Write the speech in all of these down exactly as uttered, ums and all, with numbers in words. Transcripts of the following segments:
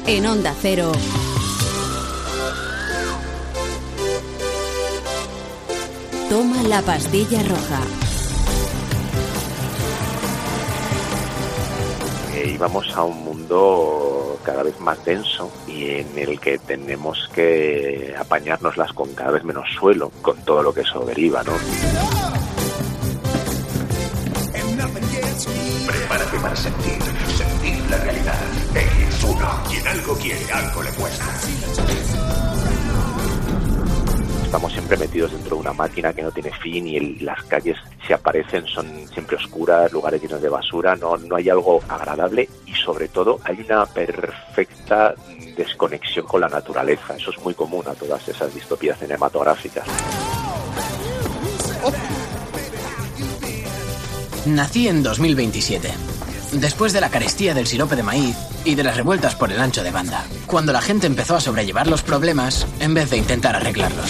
En Onda Cero. Toma la pastilla roja. Eh, íbamos a un mundo cada vez más denso y en el que tenemos que apañárnoslas con cada vez menos suelo, con todo lo que eso deriva, ¿no? Prepárate para sentir, sentir la realidad. X uno. Quien algo quiere, algo le cuesta. Estamos siempre metidos dentro de una máquina que no tiene fin y el, las calles, si aparecen, son siempre oscuras, lugares llenos de basura, no, no hay algo agradable y sobre todo hay una perfecta desconexión con la naturaleza. Eso es muy común a todas esas distopías cinematográficas. Nací en dos mil veintisiete, después de la carestía del sirope de maíz y de las revueltas por el ancho de banda, cuando la gente empezó a sobrellevar los problemas en vez de intentar arreglarlos.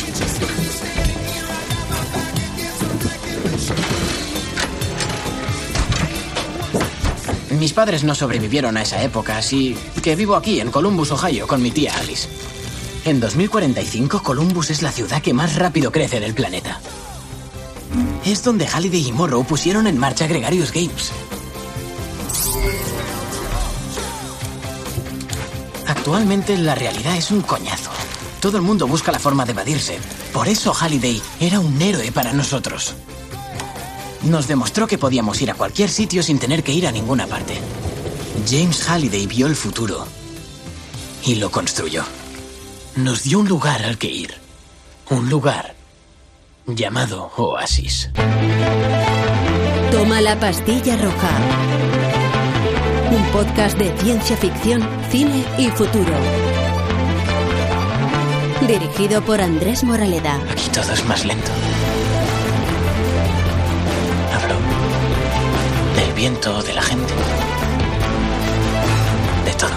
Mis padres no sobrevivieron a esa época, así que vivo aquí, en Columbus, Ohio, con mi tía Alice. En dos mil cuarenta y cinco, Columbus es la ciudad que más rápido crece del planeta. Es donde Halliday y Morrow pusieron en marcha Gregarious Games. Actualmente la realidad es un coñazo. Todo el mundo busca la forma de evadirse. Por eso Halliday era un héroe para nosotros. Nos demostró que podíamos ir a cualquier sitio sin tener que ir a ninguna parte. James Halliday vio el futuro y lo construyó. Nos dio un lugar al que ir. Un lugar llamado Oasis. Toma la pastilla roja. Un podcast de ciencia ficción, cine y futuro. Dirigido por Andrés Moraleda. Aquí todo es más lento. Hablo del viento, de la gente, de todo.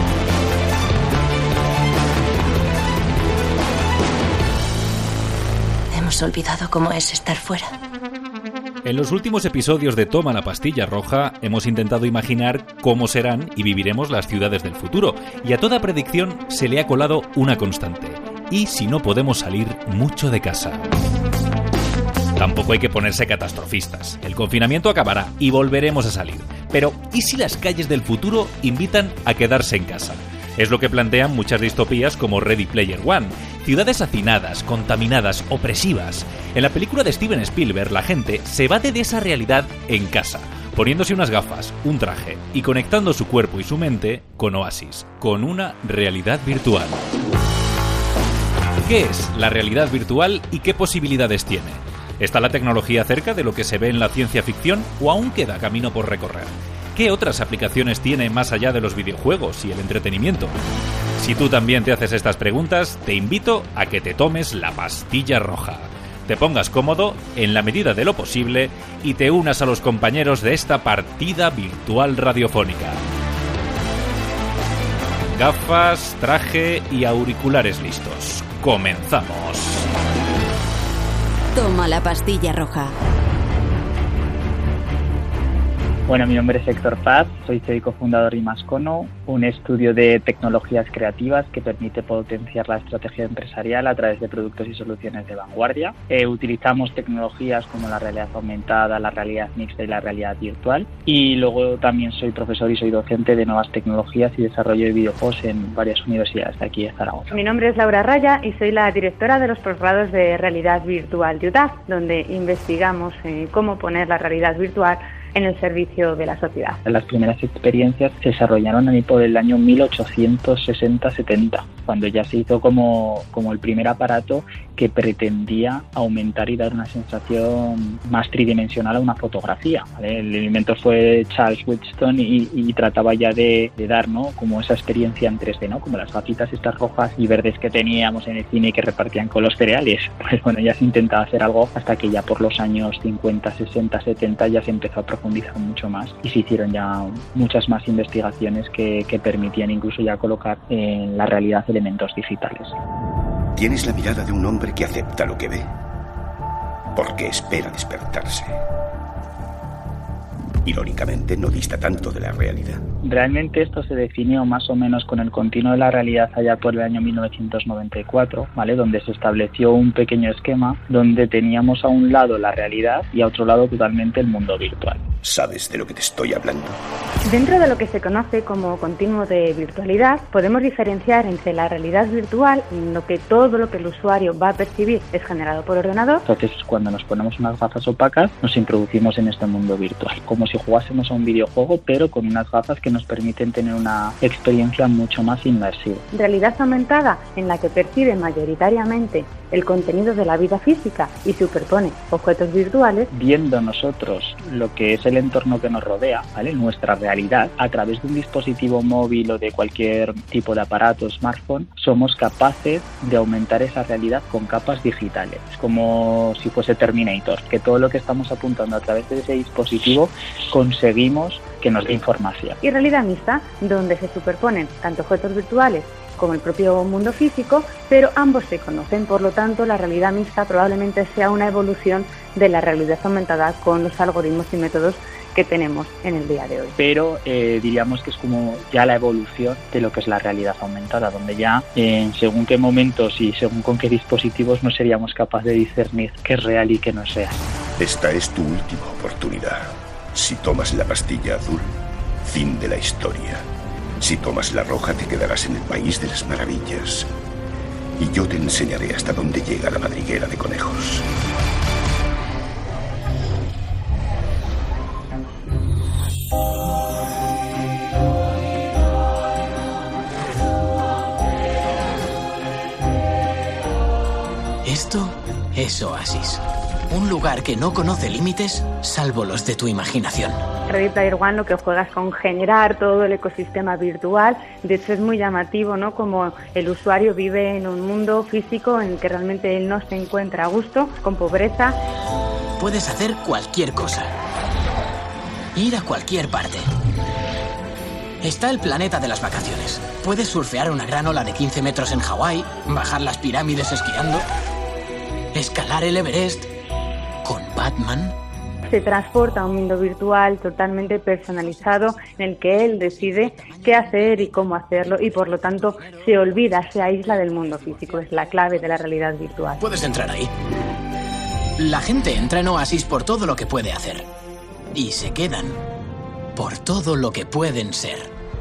Hemos olvidado cómo es estar fuera. En los últimos episodios de Toma la pastilla roja hemos intentado imaginar cómo serán y viviremos las ciudades del futuro, y a toda predicción se le ha colado una constante: ¿y si no podemos salir mucho de casa? Tampoco hay que ponerse catastrofistas. El confinamiento acabará y volveremos a salir. Pero ¿y si las calles del futuro invitan a quedarse en casa? Es lo que plantean muchas distopías como Ready Player One. Ciudades hacinadas, contaminadas, opresivas. En la película de Steven Spielberg, la gente se evade de esa realidad en casa, poniéndose unas gafas, un traje y conectando su cuerpo y su mente con Oasis, con una realidad virtual. ¿Qué es la realidad virtual y qué posibilidades tiene? ¿Está la tecnología cerca de lo que se ve en la ciencia ficción o aún queda camino por recorrer? ¿Qué otras aplicaciones tiene más allá de los videojuegos y el entretenimiento? Si tú también te haces estas preguntas, te invito a que te tomes la pastilla roja, te pongas cómodo en la medida de lo posible y te unas a los compañeros de esta partida virtual radiofónica. Gafas, traje y auriculares listos. ¡Comenzamos! Toma la pastilla roja. Bueno, mi nombre es Héctor Paz, soy C E O y cofundador de Imascono, un estudio de tecnologías creativas que permite potenciar la estrategia empresarial a través de productos y soluciones de vanguardia. Eh, utilizamos tecnologías como la realidad aumentada, la realidad mixta y la realidad virtual. Y luego también soy profesor y soy docente de nuevas tecnologías y desarrollo de videojuegos en varias universidades de aquí de Zaragoza. Mi nombre es Laura Raya y soy la directora de los posgrados de realidad virtual de U T A F, donde investigamos eh, cómo poner la realidad virtual en el servicio de la sociedad. Las primeras experiencias se desarrollaron a mí por el año mil ochocientos sesenta setenta, cuando ya se hizo como, como el primer aparato que pretendía aumentar y dar una sensación más tridimensional a una fotografía, ¿vale? El inventor fue Charles Wheatstone y, y trataba ya de, de dar, ¿no?, como esa experiencia en tres D, ¿no?, como las gafitas estas rojas y verdes que teníamos en el cine y que repartían con los cereales. Pues bueno, ya se intentaba hacer algo hasta que ya por los años cincuenta, sesenta, setenta ya se empezó a profundizar mucho más y se hicieron ya muchas más investigaciones que, que permitían incluso ya colocar en la realidad elementos digitales. Tienes la mirada de un hombre que acepta lo que ve, porque espera despertarse. Irónicamente, no dista tanto de la realidad. Realmente esto se definió más o menos con el continuo de la realidad allá por el año mil novecientos noventa y cuatro, ¿vale? Donde se estableció un pequeño esquema donde teníamos a un lado la realidad y a otro lado totalmente el mundo virtual. ¿Sabes de lo que te estoy hablando? Dentro de lo que se conoce como continuo de virtualidad, podemos diferenciar entre la realidad virtual, en lo que todo lo que el usuario va a percibir es generado por ordenador. Entonces, cuando nos ponemos unas gafas opacas, nos introducimos en este mundo virtual, como si jugásemos a un videojuego, pero con unas gafas que nos permiten tener una experiencia mucho más inmersiva. Realidad aumentada, en la que percibe mayoritariamente el contenido de la vida física y superpone objetos virtuales. Viendo nosotros lo que es el entorno que nos rodea, ¿vale? Nuestra realidad, a través de un dispositivo móvil o de cualquier tipo de aparato, smartphone, somos capaces de aumentar esa realidad con capas digitales. Es como si fuese Terminator, que todo lo que estamos apuntando a través de ese dispositivo conseguimos que nos dé información. Y realidad mixta, donde se superponen tanto objetos virtuales como el propio mundo físico, pero ambos se conocen. Por lo tanto, la realidad mixta probablemente sea una evolución de la realidad aumentada con los algoritmos y métodos que tenemos en el día de hoy. Pero eh, diríamos que es como ya la evolución de lo que es la realidad aumentada, donde ya en según qué momentos y según con qué dispositivos no seríamos capaces de discernir qué es real y qué no es real. Esta es tu última oportunidad. Si tomas la pastilla azul, fin de la historia. Si tomas la roja, te quedarás en el país de las maravillas. Y yo te enseñaré hasta dónde llega la madriguera de conejos. Esto es Oasis. Un lugar que no conoce límites, salvo los de tu imaginación. Ready Player One lo que juega es con generar todo el ecosistema virtual. De hecho, es muy llamativo, ¿no? Como el usuario vive en un mundo físico en el que realmente él no se encuentra a gusto, con pobreza. Puedes hacer cualquier cosa. Ir a cualquier parte. Está el planeta de las vacaciones. Puedes surfear una gran ola de quince metros en Hawái, bajar las pirámides esquiando, escalar el Everest con Batman. Se transporta a un mundo virtual totalmente personalizado en el que él decide qué hacer y cómo hacerlo y por lo tanto se olvida, se aísla del mundo físico. Es la clave de la realidad virtual. Puedes entrar ahí. La gente entra en Oasis por todo lo que puede hacer y se quedan por todo lo que pueden ser.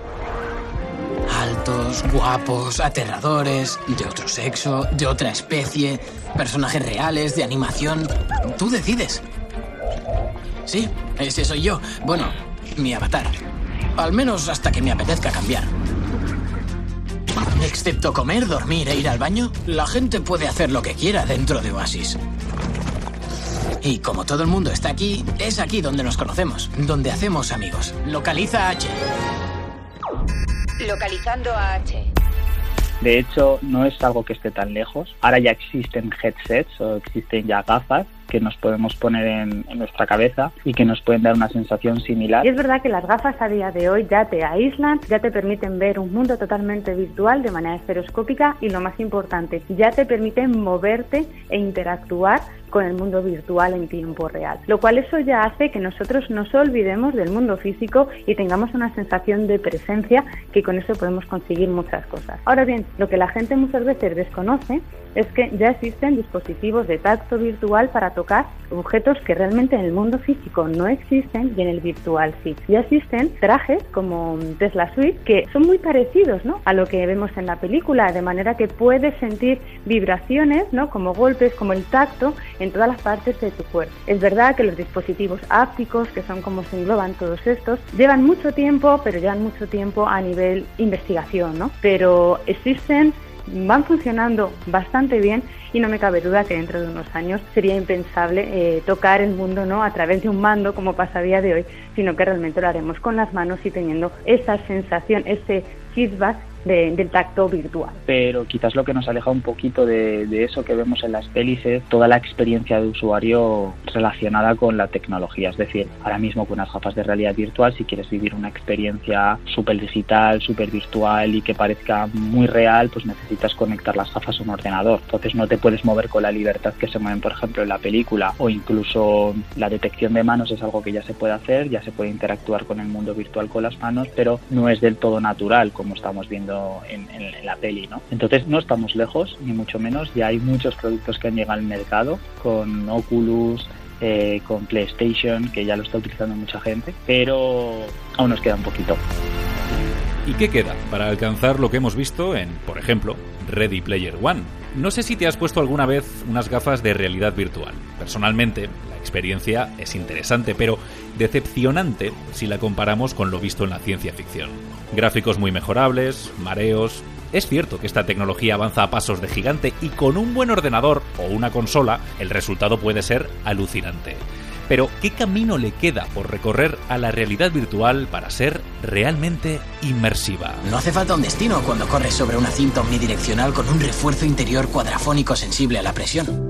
Altos, guapos, aterradores, de otro sexo, de otra especie, personajes reales, de animación. Tú decides. Sí, ese soy yo. Bueno, mi avatar. Al menos hasta que me apetezca cambiar. Excepto comer, dormir e ir al baño, la gente puede hacer lo que quiera dentro de Oasis. Y como todo el mundo está aquí, es aquí donde nos conocemos, donde hacemos amigos. Localiza a H. Localizando a H. De hecho, no es algo que esté tan lejos. Ahora ya existen headsets o existen ya gafas que nos podemos poner en, en nuestra cabeza y que nos pueden dar una sensación similar. Y es verdad que las gafas a día de hoy ya te aíslan, ya te permiten ver un mundo totalmente virtual de manera estereoscópica y lo más importante, ya te permiten moverte e interactuar con el mundo virtual en tiempo real. Lo cual eso ya hace que nosotros nos olvidemos del mundo físico y tengamos una sensación de presencia, que con eso podemos conseguir muchas cosas. Ahora bien, lo que la gente muchas veces desconoce es que ya existen dispositivos de tacto virtual para tocar objetos que realmente en el mundo físico no existen y en el virtual sí. Ya existen trajes como Tesla Suite que son muy parecidos, ¿no?, a lo que vemos en la película, de manera que puedes sentir vibraciones, ¿no?, como golpes, como el tacto en todas las partes de tu cuerpo. Es verdad que los dispositivos ápticos, que son como se engloban todos estos, llevan mucho tiempo, pero llevan mucho tiempo a nivel investigación, ¿no? Pero existen, van funcionando bastante bien y no me cabe duda que dentro de unos años sería impensable eh, tocar el mundo, no a través de un mando como pasa a día de hoy, sino que realmente lo haremos con las manos y teniendo esa sensación, ese feedback de, del tacto virtual. Pero quizás lo que nos aleja un poquito de, de eso que vemos en las pelis es toda la experiencia de usuario relacionada con la tecnología. Es decir, ahora mismo con unas gafas de realidad virtual, si quieres vivir una experiencia súper digital, súper virtual y que parezca muy real, pues necesitas conectar las gafas a un ordenador. Entonces no te puedes mover con la libertad que se mueven, por ejemplo, en la película, o incluso la detección de manos es algo que ya se puede hacer, ya se puede interactuar con el mundo virtual con las manos, pero no es del todo natural como estamos viendo en, en, en la peli, ¿no? Entonces no estamos lejos, ni mucho menos. Ya hay muchos productos que han llegado al mercado con Oculus, eh, con PlayStation, que ya lo está utilizando mucha gente, pero aún nos queda un poquito. ¿Y qué queda para alcanzar lo que hemos visto en, por ejemplo, Ready Player One? No sé si te has puesto alguna vez unas gafas de realidad virtual. Personalmente, la experiencia es interesante, pero decepcionante si la comparamos con lo visto en la ciencia ficción. Gráficos muy mejorables, mareos... Es cierto que esta tecnología avanza a pasos de gigante y con un buen ordenador o una consola, el resultado puede ser alucinante. Pero, ¿qué camino le queda por recorrer a la realidad virtual para ser realmente inmersiva? No hace falta un destino cuando corres sobre una cinta omnidireccional con un refuerzo interior cuadrafónico sensible a la presión.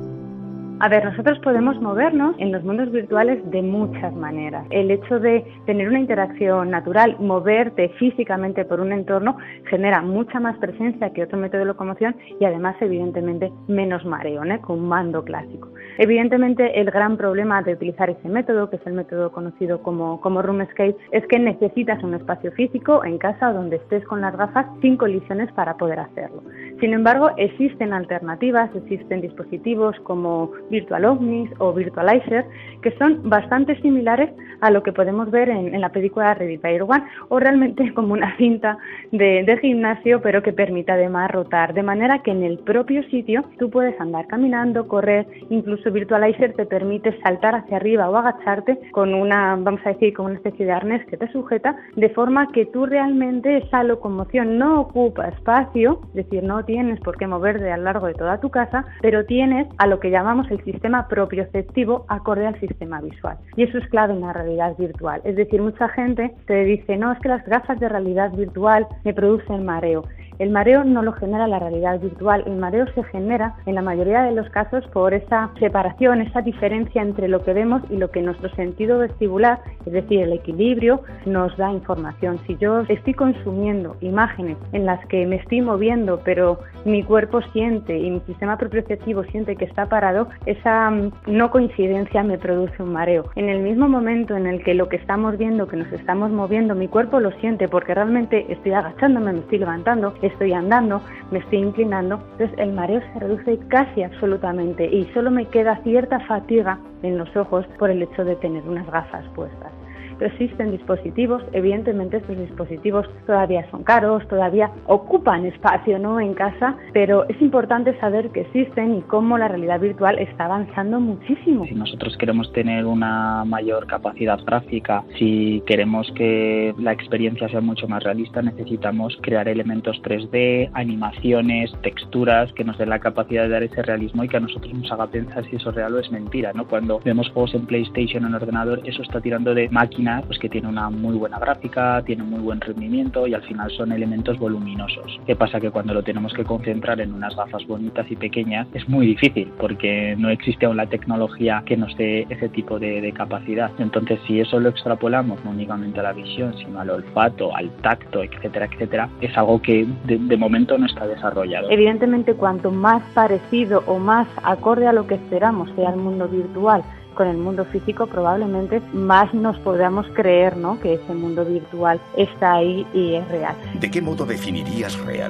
A ver, nosotros podemos movernos en los mundos virtuales de muchas maneras. El hecho de tener una interacción natural, moverte físicamente por un entorno, genera mucha más presencia que otro método de locomoción y además, evidentemente, menos mareo, ¿no? Con un mando clásico. Evidentemente, el gran problema de utilizar ese método, que es el método conocido como, como Room Escape, es que necesitas un espacio físico en casa donde estés con las gafas sin colisiones para poder hacerlo. Sin embargo, existen alternativas, existen dispositivos como Virtual Omnis o Virtualizer, que son bastante similares a lo que podemos ver en, en la película Ready Player One, o realmente como una cinta de, de gimnasio, pero que permite además rotar, de manera que en el propio sitio tú puedes andar caminando, correr, incluso Virtualizer te permite saltar hacia arriba o agacharte con una, vamos a decir, con una especie de arnés que te sujeta, de forma que tú realmente esa locomoción no ocupa espacio, es decir, no tienes por qué moverte a lo largo de toda tu casa, pero tienes a lo que llamamos el sistema propioceptivo acorde al sistema visual. Y eso es clave en la realidad virtual. Es decir, mucha gente te dice, no, es que las gafas de realidad virtual me producen mareo. El mareo no lo genera la realidad virtual, el mareo se genera en la mayoría de los casos por esa separación, esa diferencia entre lo que vemos y lo que nuestro sentido vestibular, es decir, el equilibrio, nos da información. Si yo estoy consumiendo imágenes en las que me estoy moviendo, pero mi cuerpo siente y mi sistema propioceptivo siente que está parado, esa no coincidencia me produce un mareo. En el mismo momento en el que lo que estamos viendo, que nos estamos moviendo, mi cuerpo lo siente porque realmente estoy agachándome, me estoy levantando, estoy andando, me estoy inclinando, entonces el mareo se reduce casi absolutamente y solo me queda cierta fatiga en los ojos por el hecho de tener unas gafas puestas. Pero existen dispositivos, evidentemente estos dispositivos todavía son caros, todavía ocupan espacio, ¿no?, en casa, pero es importante saber que existen y cómo la realidad virtual está avanzando muchísimo. Si nosotros queremos tener una mayor capacidad gráfica, si queremos que la experiencia sea mucho más realista, necesitamos crear elementos tres D, animaciones, texturas que nos den la capacidad de dar ese realismo y que a nosotros nos haga pensar si eso es real o es mentira, ¿no? Cuando vemos juegos en PlayStation o en ordenador, eso está tirando de máquina, pues que tiene una muy buena gráfica, tiene muy buen rendimiento y al final son elementos voluminosos. ¿Qué pasa? Que cuando lo tenemos que concentrar en unas gafas bonitas y pequeñas es muy difícil porque no existe aún la tecnología que nos dé ese tipo de, de capacidad. Entonces, si eso lo extrapolamos no únicamente a la visión, sino al olfato, al tacto, etcétera, etcétera, es algo que de, de momento no está desarrollado. Evidentemente, cuanto más parecido o más acorde a lo que esperamos sea el mundo virtual con el mundo físico, probablemente más nos podamos creer, ¿no?, que ese mundo virtual está ahí y es real. ¿De qué modo definirías real?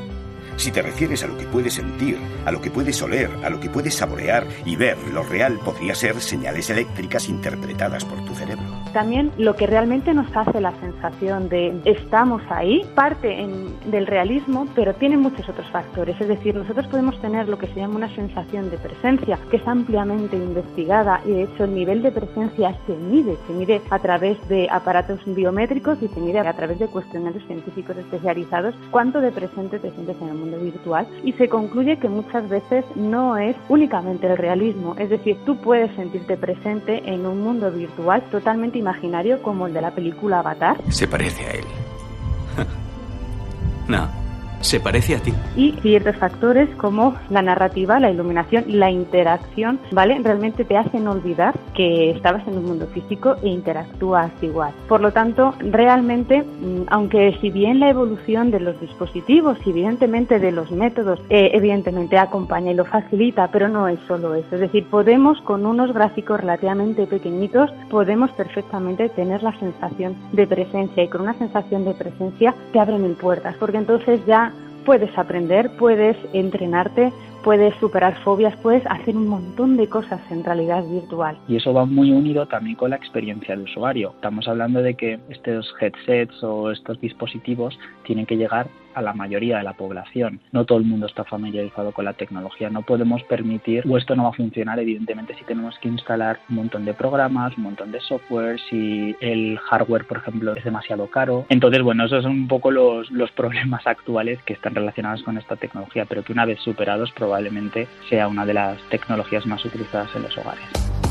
Si te refieres a lo que puedes sentir, a lo que puedes oler, a lo que puedes saborear y ver, lo real podría ser señales eléctricas interpretadas por tu cerebro. También lo que realmente nos hace la sensación de estamos ahí, parte en, del realismo, pero tiene muchos otros factores. Es decir, nosotros podemos tener lo que se llama una sensación de presencia, que es ampliamente investigada y de hecho el nivel de presencia se mide, se mide a través de aparatos biométricos y se mide a través de cuestionarios científicos especializados cuánto de presente te sientes en el mundo virtual, y se concluye que muchas veces no es únicamente el realismo, es decir, tú puedes sentirte presente en un mundo virtual totalmente imaginario como el de la película Avatar. Se parece a él. No, se parece a ti. Y ciertos factores como la narrativa, la iluminación, la interacción, ¿vale? Realmente te hacen olvidar que estabas en un mundo físico e interactúas igual. Por lo tanto, realmente, aunque si bien la evolución de los dispositivos y evidentemente de los métodos, eh, evidentemente acompaña y lo facilita, pero no es solo eso. Es decir, podemos con unos gráficos relativamente pequeñitos, podemos perfectamente tener la sensación de presencia, y con una sensación de presencia te abren mil puertas, porque entonces ya puedes aprender, puedes entrenarte, puedes superar fobias, puedes hacer un montón de cosas en realidad virtual. Y eso va muy unido también con la experiencia del usuario. Estamos hablando de que estos headsets o estos dispositivos tienen que llegar a la mayoría de la población. No todo el mundo está familiarizado con la tecnología. No podemos permitir, o esto no va a funcionar evidentemente si tenemos que instalar un montón de programas, un montón de software, si el hardware, por ejemplo, es demasiado caro. Entonces, bueno, esos son un poco los, los problemas actuales que están relacionados con esta tecnología, pero que una vez superados probablemente sea una de las tecnologías más utilizadas en los hogares.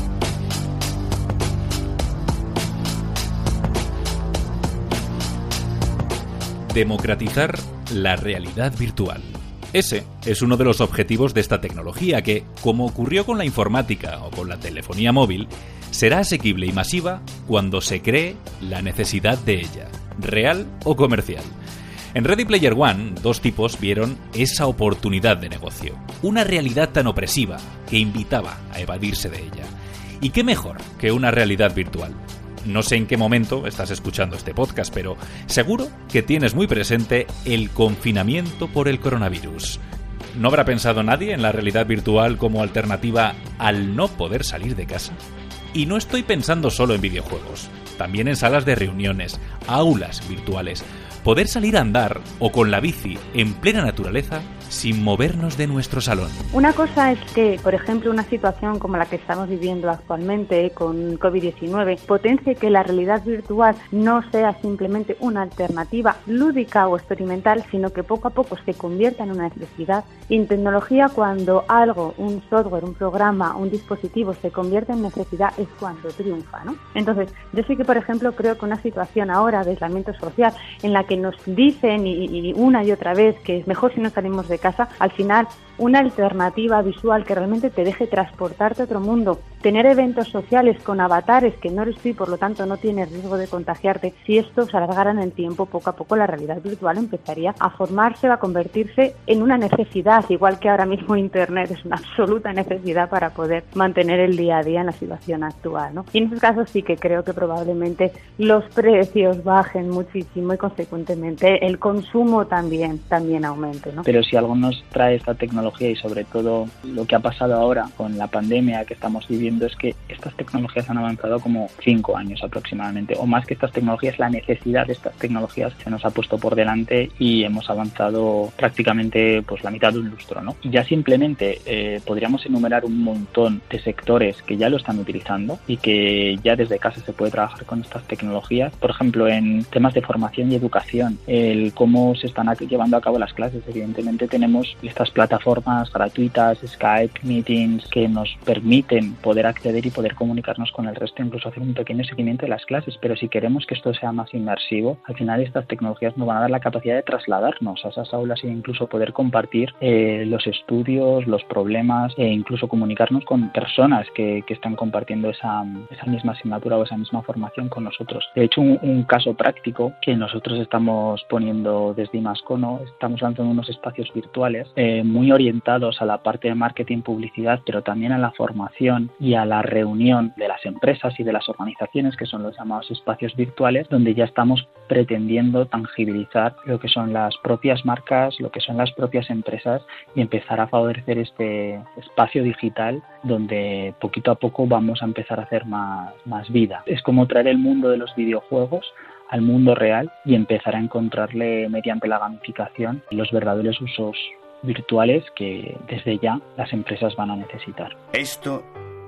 Democratizar la realidad virtual. Ese es uno de los objetivos de esta tecnología que, como ocurrió con la informática o con la telefonía móvil, será asequible y masiva cuando se cree la necesidad de ella, real o comercial. En Ready Player One, dos tipos vieron esa oportunidad de negocio, una realidad tan opresiva que invitaba a evadirse de ella. ¿Y qué mejor que una realidad virtual? No sé en qué momento estás escuchando este podcast, pero seguro que tienes muy presente el confinamiento por el coronavirus. ¿No habrá pensado nadie en la realidad virtual como alternativa al no poder salir de casa? Y no estoy pensando solo en videojuegos, también en salas de reuniones, aulas virtuales, poder salir a andar o con la bici en plena naturaleza sin movernos de nuestro salón. Una cosa es que, por ejemplo, una situación como la que estamos viviendo actualmente con covid diecinueve potencie que la realidad virtual no sea simplemente una alternativa lúdica o experimental, sino que poco a poco se convierta en una necesidad. Y en tecnología, cuando algo, un software, un programa, un dispositivo se convierte en necesidad, es cuando triunfa, ¿no? Entonces, yo sí que, por ejemplo, creo que una situación ahora de aislamiento social en la que nos dicen y, y una y otra vez que es mejor si no salimos de casa, al final una alternativa visual que realmente te deje transportarte a otro mundo, tener eventos sociales con avatares que no eres tú y por lo tanto no tienes riesgo de contagiarte, si esto se alargara en el tiempo, poco a poco la realidad virtual empezaría a formarse, a convertirse en una necesidad, igual que ahora mismo Internet es una absoluta necesidad para poder mantener el día a día en la situación actual, ¿no? Y en esos casos sí que creo que probablemente los precios bajen muchísimo y consecuentemente el consumo también, también aumente, ¿no? Pero si algo nos trae esta tecnología y sobre todo lo que ha pasado ahora con la pandemia que estamos viviendo es que estas tecnologías han avanzado como cinco años aproximadamente, o más que estas tecnologías, la necesidad de estas tecnologías se nos ha puesto por delante y hemos avanzado prácticamente pues la mitad de un lustro, ¿no? Y ya simplemente eh, podríamos enumerar un montón de sectores que ya lo están utilizando y que ya desde casa se puede trabajar con estas tecnologías. Por ejemplo, en temas de formación y educación, el cómo se están llevando a cabo las clases. Evidentemente tenemos estas plataformas gratuitas, Skype, Meetings, que nos permiten poder acceder y poder comunicarnos con el resto, incluso hacer un pequeño seguimiento de las clases. Pero si queremos que esto sea más inmersivo, al final estas tecnologías nos van a dar la capacidad de trasladarnos a esas aulas e incluso poder compartir eh, los estudios, los problemas e incluso comunicarnos con personas que, que están compartiendo esa, esa misma asignatura o esa misma formación con nosotros. De hecho, un, un caso práctico que nosotros estamos poniendo desde Imascono, estamos lanzando unos espacios virtuales eh, muy orientados a la parte de marketing, publicidad, pero también a la formación y a la reunión de las empresas y de las organizaciones, que son los llamados espacios virtuales, donde ya estamos pretendiendo tangibilizar lo que son las propias marcas, lo que son las propias empresas y empezar a favorecer este espacio digital donde poquito a poco vamos a empezar a hacer más, más vida. Es como traer el mundo de los videojuegos al mundo real y empezar a encontrarle mediante la gamificación los verdaderos usos virtuales que desde ya las empresas van a necesitar. Esto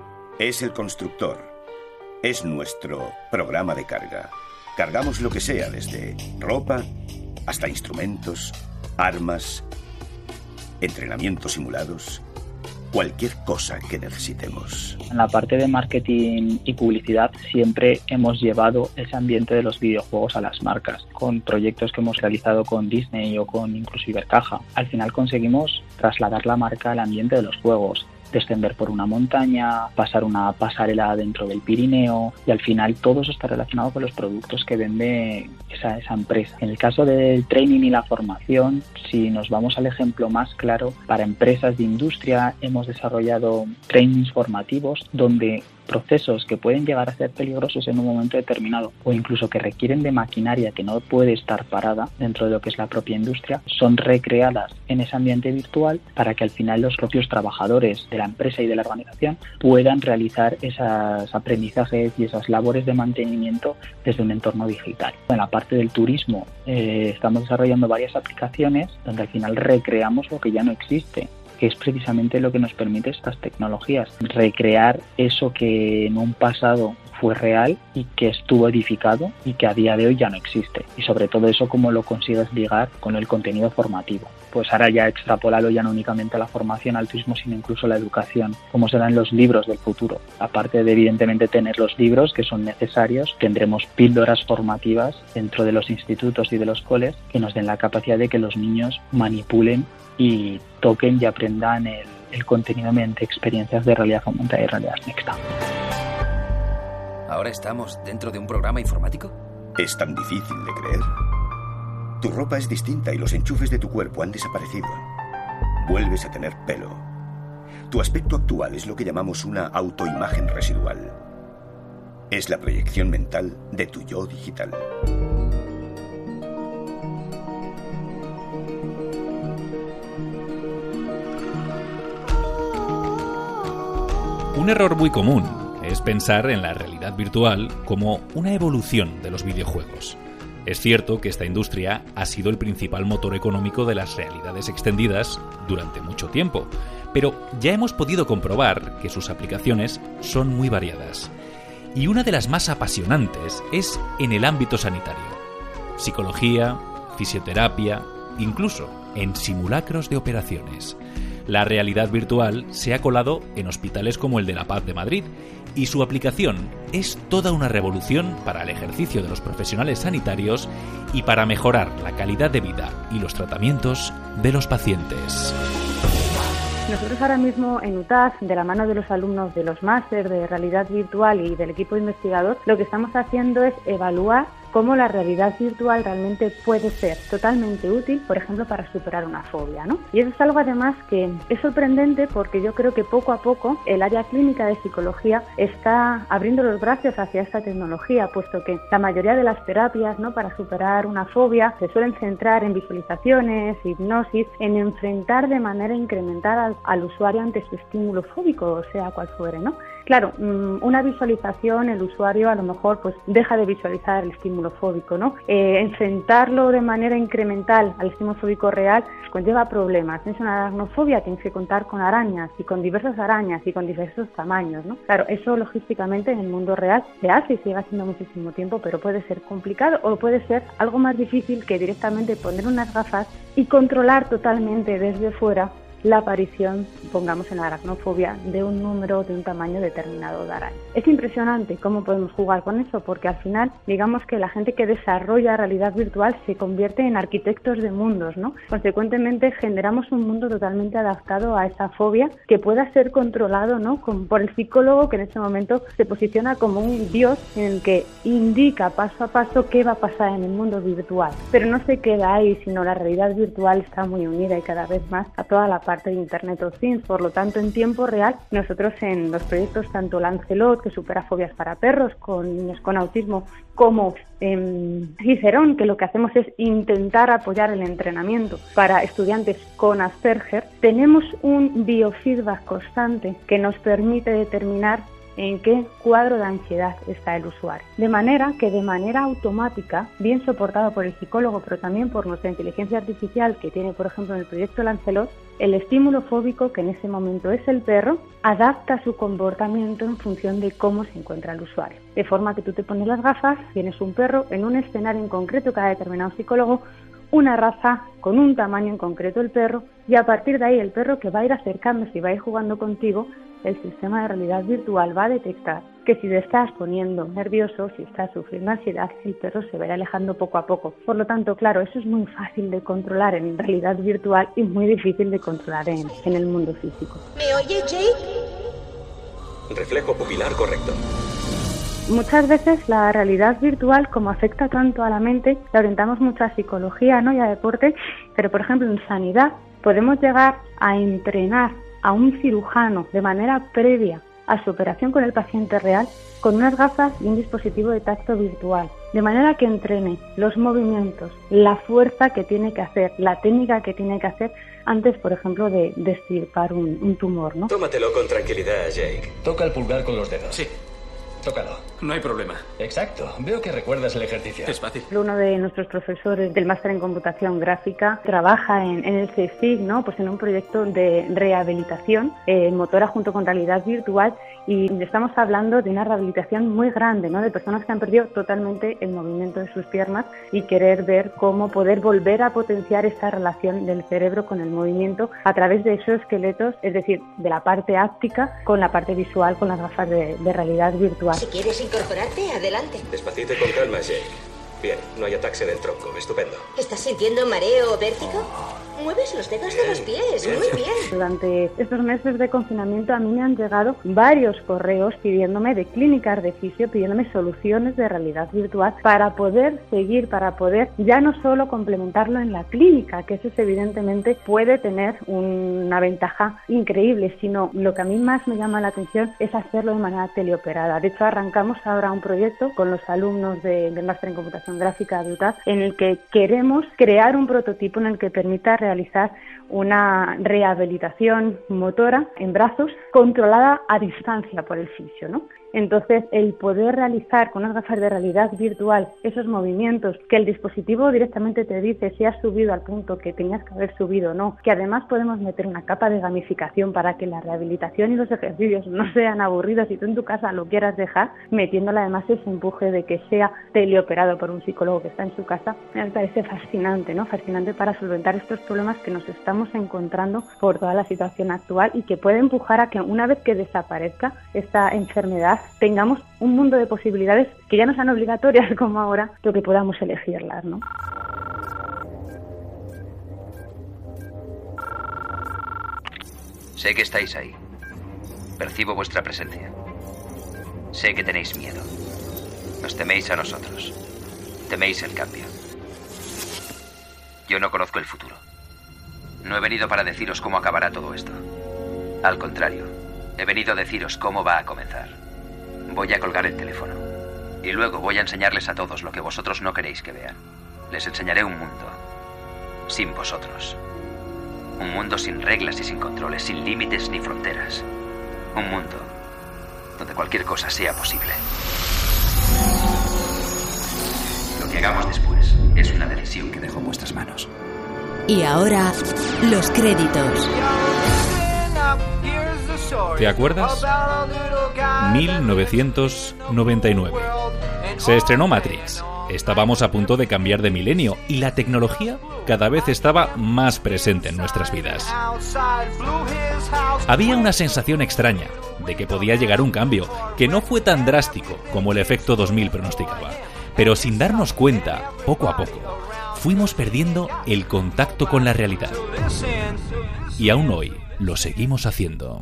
es El Constructor. Es nuestro programa de carga. Cargamos lo que sea, desde ropa hasta instrumentos, armas, entrenamientos simulados, Cualquier cosa que necesitemos. En la parte de marketing y publicidad siempre hemos llevado ese ambiente de los videojuegos a las marcas. Con proyectos que hemos realizado con Disney o con incluso Ibercaja, al final conseguimos trasladar la marca al ambiente de los juegos. Descender por una montaña, pasar una pasarela dentro del Pirineo, y al final todo eso está relacionado con los productos que vende esa, esa empresa. En el caso del training y la formación, si nos vamos al ejemplo más claro, para empresas de industria hemos desarrollado trainings formativos donde procesos que pueden llegar a ser peligrosos en un momento determinado o incluso que requieren de maquinaria que no puede estar parada dentro de lo que es la propia industria, son recreadas en ese ambiente virtual para que al final los propios trabajadores de la empresa y de la organización puedan realizar esos aprendizajes y esas labores de mantenimiento desde un entorno digital. En la parte del turismo eh, estamos desarrollando varias aplicaciones donde al final recreamos lo que ya no existe, que es precisamente lo que nos permite estas tecnologías, recrear eso que en un pasado fue real y que estuvo edificado y que a día de hoy ya no existe. Y sobre todo eso, cómo lo consigues ligar con el contenido formativo. Pues ahora ya extrapolalo ya no únicamente a la formación, al turismo, sino incluso a la educación, cómo serán los libros del futuro. Aparte de evidentemente tener los libros que son necesarios, tendremos píldoras formativas dentro de los institutos y de los coles que nos den la capacidad de que los niños manipulen y toquen y aprendan el, el contenido mediante experiencias de realidad aumentada y realidad mixta. ¿Ahora estamos dentro de un programa informático? ¿Es tan difícil de creer? Tu ropa es distinta y los enchufes de tu cuerpo han desaparecido. Vuelves a tener pelo. Tu aspecto actual es lo que llamamos una autoimagen residual. Es la proyección mental de tu yo digital. Un error muy común es pensar en la realidad virtual como una evolución de los videojuegos. Es cierto que esta industria ha sido el principal motor económico de las realidades extendidas durante mucho tiempo, pero ya hemos podido comprobar que sus aplicaciones son muy variadas. Y una de las más apasionantes es en el ámbito sanitario. Psicología, fisioterapia, incluso en simulacros de operaciones. La realidad virtual se ha colado en hospitales como el de La Paz de Madrid y su aplicación es toda una revolución para el ejercicio de los profesionales sanitarios y para mejorar la calidad de vida y los tratamientos de los pacientes. Nosotros ahora mismo en U T A S, de la mano de los alumnos de los máster de realidad virtual y del equipo investigador, lo que estamos haciendo es evaluar cómo la realidad virtual realmente puede ser totalmente útil, por ejemplo, para superar una fobia, ¿no? Y eso es algo además que es sorprendente porque yo creo que poco a poco el área clínica de psicología está abriendo los brazos hacia esta tecnología, puesto que la mayoría de las terapias, ¿no?, para superar una fobia se suelen centrar en visualizaciones, hipnosis, en enfrentar de manera incremental al, al usuario ante su estímulo fóbico, sea cual fuere, ¿no? Claro, una visualización, el usuario a lo mejor pues deja de visualizar el estímulo fóbico, ¿no? Eh, enfrentarlo de manera incremental al estímulo fóbico real pues, conlleva problemas. Tienes una aracnofobia, tienes que contar con arañas y con diversas arañas y con diversos tamaños, ¿no? Claro, eso logísticamente en el mundo real se hace y sigue haciendo muchísimo tiempo, pero puede ser complicado o puede ser algo más difícil que directamente poner unas gafas y controlar totalmente desde fuera la aparición, pongamos en la aracnofobia, de un número, de un tamaño determinado de araña. Es impresionante cómo podemos jugar con eso, porque al final, digamos que la gente que desarrolla realidad virtual se convierte en arquitectos de mundos, ¿no? Consecuentemente, generamos un mundo totalmente adaptado a esa fobia que pueda ser controlado, ¿no?, Con, por el psicólogo que en este momento se posiciona como un dios en el que indica paso a paso qué va a pasar en el mundo virtual. Pero no se queda ahí, sino la realidad virtual está muy unida y cada vez más a toda la parte de Internet of Things. Por lo tanto, en tiempo real, nosotros en los proyectos tanto Lancelot, que supera fobias para perros con niños con autismo, como eh, Cicerón, que lo que hacemos es intentar apoyar el entrenamiento para estudiantes con Asperger, tenemos un biofeedback constante que nos permite determinar en qué cuadro de ansiedad está el usuario. De manera que de manera automática, bien soportado por el psicólogo, pero también por nuestra inteligencia artificial que tiene, por ejemplo, en el proyecto Lancelot, el estímulo fóbico, que en ese momento es el perro, adapta su comportamiento en función de cómo se encuentra el usuario. De forma que tú te pones las gafas, tienes un perro, en un escenario en concreto que ha determinado un psicólogo, una raza con un tamaño en concreto el perro, y a partir de ahí el perro que va a ir acercándose y va a ir jugando contigo, el sistema de realidad virtual va a detectar que si te estás poniendo nervioso, si estás sufriendo ansiedad, el perro se va a ir alejando poco a poco. Por lo tanto, claro, eso es muy fácil de controlar en realidad virtual y muy difícil de controlar en, en el mundo físico. ¿Me oye, Jake? Reflejo pupilar correcto. Muchas veces la realidad virtual, como afecta tanto a la mente, la orientamos mucho a psicología, ¿no? y a deporte, pero por ejemplo en sanidad podemos llegar a entrenar a un cirujano de manera previa a su operación con el paciente real con unas gafas y un dispositivo de tacto virtual, de manera que entrene los movimientos, la fuerza que tiene que hacer, la técnica que tiene que hacer antes, por ejemplo, de, de extirpar un, un tumor, ¿no? Tómatelo con tranquilidad, Jake. Toca el pulgar con los dedos. Sí. Tócalo. No hay problema. Exacto. Veo que recuerdas el ejercicio. Es fácil. Uno de nuestros profesores del máster en computación gráfica trabaja en, en el CSIC, ¿no? Pues en un proyecto de rehabilitación eh, motora junto con realidad virtual, y estamos hablando de una rehabilitación muy grande, ¿no? De personas que han perdido totalmente el movimiento de sus piernas y querer ver cómo poder volver a potenciar esta relación del cerebro con el movimiento a través de esos esqueletos, es decir, de la parte áptica con la parte visual, con las gafas de, de realidad virtual. Si quieres incorporarte, adelante. Despacito y con calma, Jake. Bien, no hay ataques en el tronco. Estupendo. ¿Estás sintiendo mareo o vértigo? Mueves los dedos bien, de los pies. Bien, Muy bien. bien. Durante estos meses de confinamiento a mí me han llegado varios correos pidiéndome de clínicas de fisio, pidiéndome soluciones de realidad virtual para poder seguir, para poder ya no solo complementarlo en la clínica, que eso evidentemente puede tener una ventaja increíble, sino lo que a mí más me llama la atención es hacerlo de manera teleoperada. De hecho, arrancamos ahora un proyecto con los alumnos de, del máster en computación gráfica de U T A D en el que queremos crear un prototipo en el que permita realizar una rehabilitación motora en brazos controlada a distancia por el fisio, ¿no? Entonces, el poder realizar con unas gafas de realidad virtual esos movimientos, que el dispositivo directamente te dice si has subido al punto que tenías que haber subido o no, que además podemos meter una capa de gamificación para que la rehabilitación y los ejercicios no sean aburridos y tú en tu casa lo quieras dejar, metiéndole además ese empuje de que sea teleoperado por un psicólogo que está en su casa, me parece fascinante, ¿no? Fascinante para solventar estos problemas que nos estamos encontrando por toda la situación actual y que puede empujar a que una vez que desaparezca esta enfermedad tengamos un mundo de posibilidades que ya no sean obligatorias como ahora, pero que podamos elegirlas, ¿no? Sé que estáis ahí. Percibo vuestra presencia. Sé que tenéis miedo. Nos teméis a nosotros. Teméis el cambio. Yo no conozco el futuro. No he venido para deciros cómo acabará todo esto. Al contrario, he venido a deciros cómo va a comenzar. Voy a colgar el teléfono. Y luego voy a enseñarles a todos lo que vosotros no queréis que vean. Les enseñaré un mundo sin vosotros. Un mundo sin reglas y sin controles, sin límites ni fronteras. Un mundo donde cualquier cosa sea posible. Lo que hagamos después es una decisión que dejo en vuestras manos. Y ahora, los créditos. ¿Te acuerdas? mil novecientos noventa y nueve. Se estrenó Matrix. Estábamos a punto de cambiar de milenio y la tecnología cada vez estaba más presente en nuestras vidas. Había una sensación extraña de que podía llegar un cambio, que no fue tan drástico como el efecto dos mil pronosticaba, pero sin darnos cuenta, poco a poco, fuimos perdiendo el contacto con la realidad. Y aún hoy lo seguimos haciendo.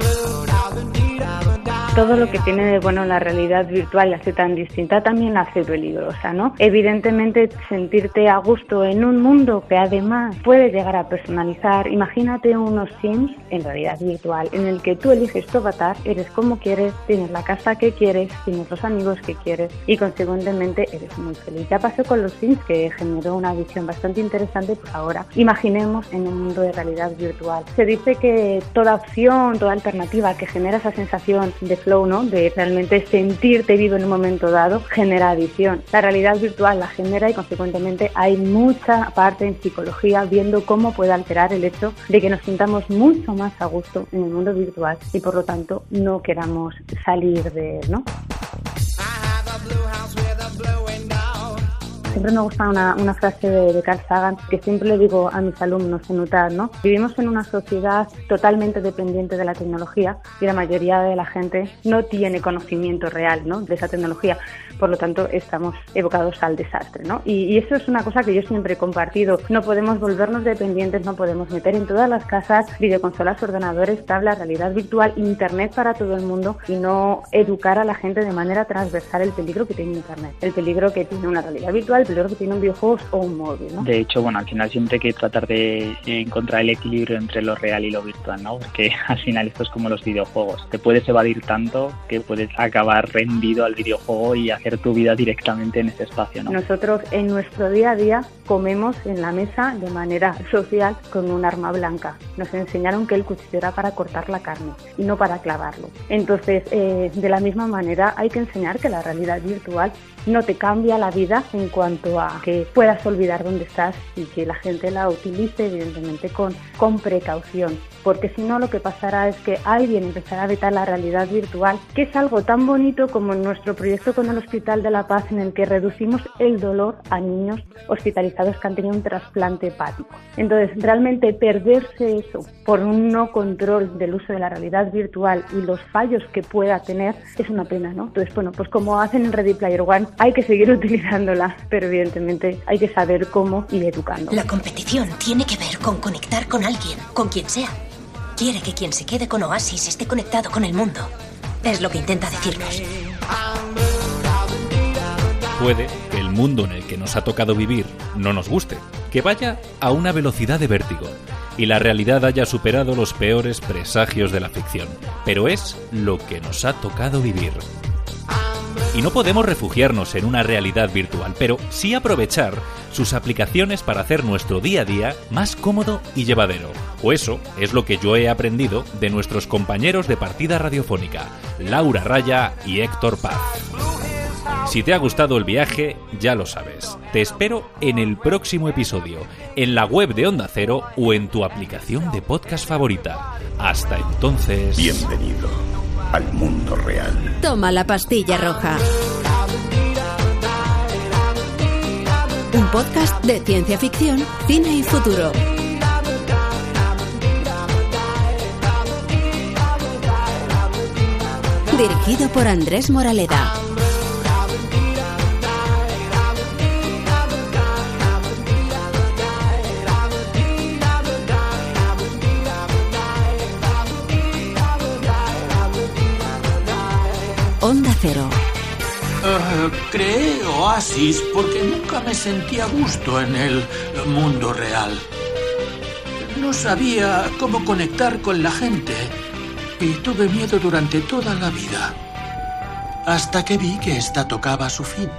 Todo lo que tiene de bueno la realidad virtual y hace tan distinta también la hace peligrosa, ¿no? Evidentemente, sentirte a gusto en un mundo que además puede llegar a personalizar. Imagínate unos Sims en realidad virtual, en el que tú eliges tu avatar, eres como quieres, tienes la casa que quieres, tienes los amigos que quieres y consecuentemente eres muy feliz. Ya pasó con los Sims, que generó una visión bastante interesante, pues ahora imaginemos en un mundo de realidad virtual. Se dice que toda opción, toda alternativa que genera esa sensación de flow, ¿no? De realmente sentirte vivo en un momento dado, genera adicción. La realidad virtual la genera y consecuentemente hay mucha parte en psicología viendo cómo puede alterar el hecho de que nos sintamos mucho más a gusto en el mundo virtual y por lo tanto no queramos salir de él, ¿no? siempre me gusta una, una frase de, de Carl Sagan que siempre le digo a mis alumnos en U T A D, ¿no? Vivimos en una sociedad totalmente dependiente de la tecnología y la mayoría de la gente no tiene conocimiento real, ¿no?, de esa tecnología. Por lo tanto, estamos evocados al desastre, ¿no? Y, y eso es una cosa que yo siempre he compartido. No podemos volvernos dependientes, no podemos meter en todas las casas videoconsolas, ordenadores, tablas, realidad virtual, internet para todo el mundo y no educar a la gente de manera transversal el peligro que tiene internet, el peligro que tiene una realidad virtual, el peligro que tiene un videojuego o un móvil, ¿no? De hecho, bueno, al final siempre hay que tratar de encontrar el equilibrio entre lo real y lo virtual, ¿no? Porque al final esto es como los videojuegos. Te puedes evadir tanto que puedes acabar rendido al videojuego y hacer tu vida directamente en ese espacio, ¿no? Nosotros en nuestro día a día comemos en la mesa de manera social con un arma blanca. Nos enseñaron que el cuchillo era para cortar la carne y no para clavarlo. Entonces, eh, de la misma manera hay que enseñar que la realidad virtual no te cambia la vida en cuanto a que puedas olvidar dónde estás y que la gente la utilice evidentemente con, con precaución, porque si no lo que pasará es que alguien empezará a vetar la realidad virtual, que es algo tan bonito como en nuestro proyecto con el Hospital de la Paz, en el que reducimos el dolor a niños hospitalizados que han tenido un trasplante hepático. Entonces, realmente perderse eso por un no control del uso de la realidad virtual y los fallos que pueda tener es una pena, ¿no? Entonces, bueno, pues como hacen en Ready Player One, hay que seguir utilizándola, pero evidentemente hay que saber cómo ir educando. La competición tiene que ver con conectar con alguien, con quien sea. Quiere que quien se quede con Oasis esté conectado con el mundo. Es lo que intenta decirnos. Puede que el mundo en el que nos ha tocado vivir no nos guste, que vaya a una velocidad de vértigo y la realidad haya superado los peores presagios de la ficción, pero es lo que nos ha tocado vivir. Y no podemos refugiarnos en una realidad virtual, pero sí aprovechar sus aplicaciones para hacer nuestro día a día más cómodo y llevadero. O eso es lo que yo he aprendido de nuestros compañeros de partida radiofónica, Laura Raya y Héctor Paz. Si te ha gustado el viaje, ya lo sabes. Te espero en el próximo episodio, en la web de Onda Cero o en tu aplicación de podcast favorita. Hasta entonces... Bienvenido al mundo real. Toma la pastilla roja. Un podcast de ciencia ficción, cine y futuro. Dirigido por Andrés Moraleda. Onda Cero. Uh, creé Oasis porque nunca me sentí a gusto en el mundo real. No sabía cómo conectar con la gente y tuve miedo durante toda la vida, hasta que vi que esta tocaba su fin.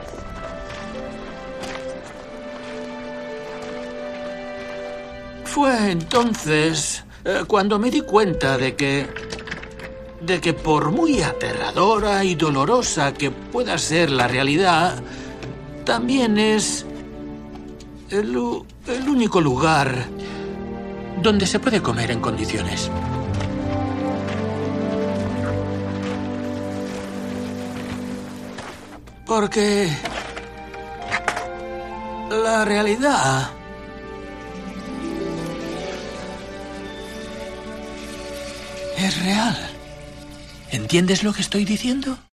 Fue entonces eh, cuando me di cuenta de que de que por muy aterradora y dolorosa que pueda ser la realidad, también es el, el único lugar donde se puede comer en condiciones. Porque la realidad es real. ¿Entiendes lo que estoy diciendo?